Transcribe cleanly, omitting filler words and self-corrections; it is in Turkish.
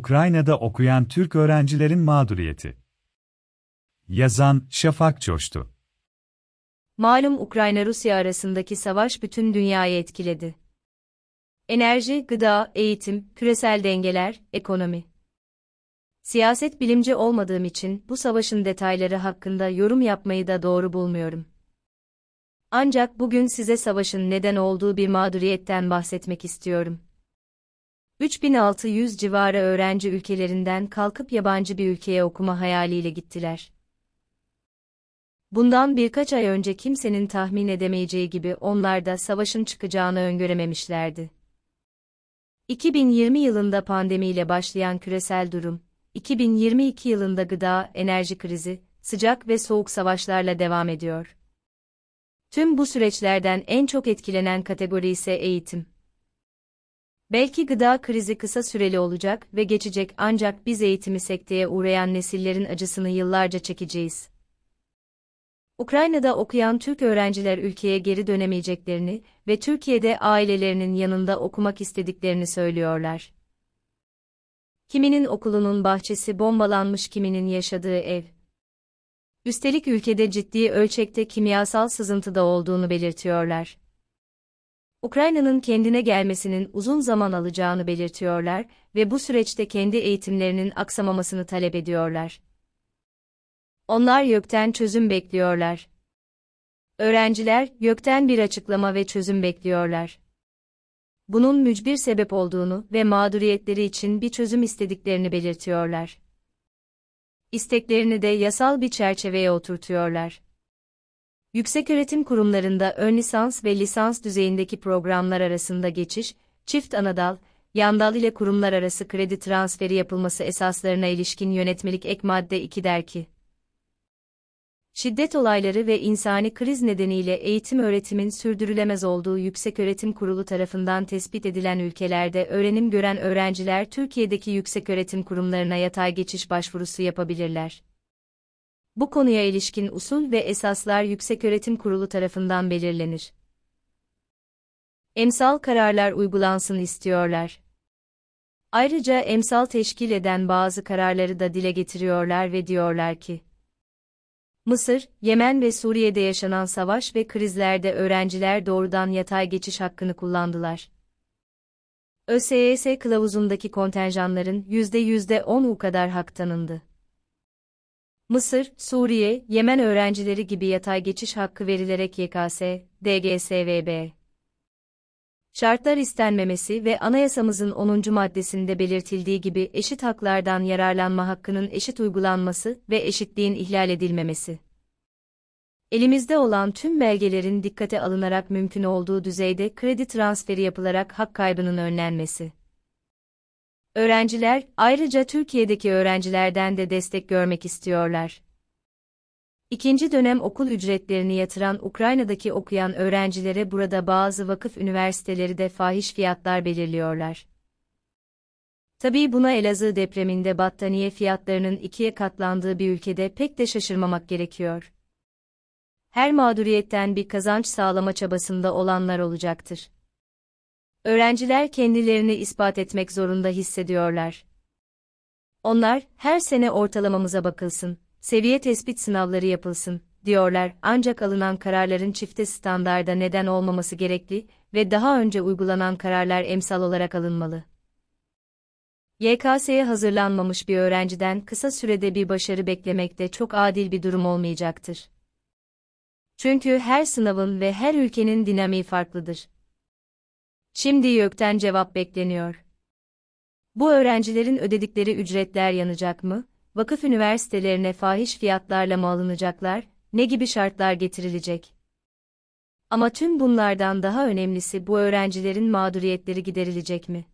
Ukrayna'da okuyan Türk öğrencilerin mağduriyeti. Yazan, Şafak Coştu. Malum Ukrayna-Rusya arasındaki savaş bütün dünyayı etkiledi. Enerji, gıda, eğitim, küresel dengeler, ekonomi. Siyaset bilimci olmadığım için bu savaşın detayları hakkında yorum yapmayı da doğru bulmuyorum. Ancak bugün size savaşın neden olduğu bir mağduriyetten bahsetmek istiyorum. 3600 civarı öğrenci ülkelerinden kalkıp yabancı bir ülkeye okuma hayaliyle gittiler. Bundan birkaç ay önce kimsenin tahmin edemeyeceği gibi onlar da savaşın çıkacağını öngörememişlerdi. 2020 yılında pandemiyle başlayan küresel durum, 2022 yılında gıda, enerji krizi, sıcak ve soğuk savaşlarla devam ediyor. Tüm bu süreçlerden en çok etkilenen kategori ise eğitim. Belki gıda krizi kısa süreli olacak ve geçecek ancak biz eğitimi sekteye uğrayan nesillerin acısını yıllarca çekeceğiz. Ukrayna'da okuyan Türk öğrenciler ülkeye geri dönemeyeceklerini ve Türkiye'de ailelerinin yanında okumak istediklerini söylüyorlar. Kiminin okulunun bahçesi bombalanmış, kiminin yaşadığı ev. Üstelik ülkede ciddi ölçekte kimyasal sızıntı da olduğunu belirtiyorlar. Ukrayna'nın kendine gelmesinin uzun zaman alacağını belirtiyorlar ve bu süreçte kendi eğitimlerinin aksamamasını talep ediyorlar. Onlar YÖK'ten çözüm bekliyorlar. Öğrenciler, YÖK'ten bir açıklama ve çözüm bekliyorlar. Bunun mücbir sebep olduğunu ve mağduriyetleri için bir çözüm istediklerini belirtiyorlar. İsteklerini de yasal bir çerçeveye oturtuyorlar. Yükseköğretim kurumlarında ön lisans ve lisans düzeyindeki programlar arasında geçiş, çift anadal, yandal ile kurumlar arası kredi transferi yapılması esaslarına ilişkin yönetmelik ek madde 2 der ki, şiddet olayları ve insani kriz nedeniyle eğitim-öğretimin sürdürülemez olduğu Yükseköğretim Kurulu tarafından tespit edilen ülkelerde öğrenim gören öğrenciler Türkiye'deki yükseköğretim kurumlarına yatay geçiş başvurusu yapabilirler. Bu konuya ilişkin usul ve esaslar Yükseköğretim Kurulu tarafından belirlenir. Emsal kararlar uygulansın istiyorlar. Ayrıca emsal teşkil eden bazı kararları da dile getiriyorlar ve diyorlar ki, Mısır, Yemen ve Suriye'de yaşanan savaş ve krizlerde öğrenciler doğrudan yatay geçiş hakkını kullandılar. ÖSYS kılavuzundaki kontenjanların %10'u kadar hak tanındı. Mısır, Suriye, Yemen öğrencileri gibi yatay geçiş hakkı verilerek YKS, DGS-VB şartlar istenmemesi ve anayasamızın 10. maddesinde belirtildiği gibi eşit haklardan yararlanma hakkının eşit uygulanması ve eşitliğin ihlal edilmemesi. Elimizde olan tüm belgelerin dikkate alınarak mümkün olduğu düzeyde kredi transferi yapılarak hak kaybının önlenmesi. Öğrenciler, ayrıca Türkiye'deki öğrencilerden de destek görmek istiyorlar. İkinci dönem okul ücretlerini yatıran Ukrayna'daki okuyan öğrencilere burada bazı vakıf üniversiteleri de fahiş fiyatlar belirliyorlar. Tabii buna Elazığ depreminde battaniye fiyatlarının 2'ye katlandığı bir ülkede pek de şaşırmamak gerekiyor. Her mağduriyetten bir kazanç sağlama çabasında olanlar olacaktır. Öğrenciler kendilerini ispat etmek zorunda hissediyorlar. Onlar, her sene ortalamamıza bakılsın, seviye tespit sınavları yapılsın, diyorlar ancak alınan kararların çifte standarda neden olmaması gerekli ve daha önce uygulanan kararlar emsal olarak alınmalı. YKS'ye hazırlanmamış bir öğrenciden kısa sürede bir başarı beklemek de çok adil bir durum olmayacaktır. Çünkü her sınavın ve her ülkenin dinamiği farklıdır. Şimdi YÖK'ten cevap bekleniyor. Bu öğrencilerin ödedikleri ücretler yanacak mı? Vakıf üniversitelerine fahiş fiyatlarla mı alınacaklar? Ne gibi şartlar getirilecek? Ama tüm bunlardan daha önemlisi bu öğrencilerin mağduriyetleri giderilecek mi?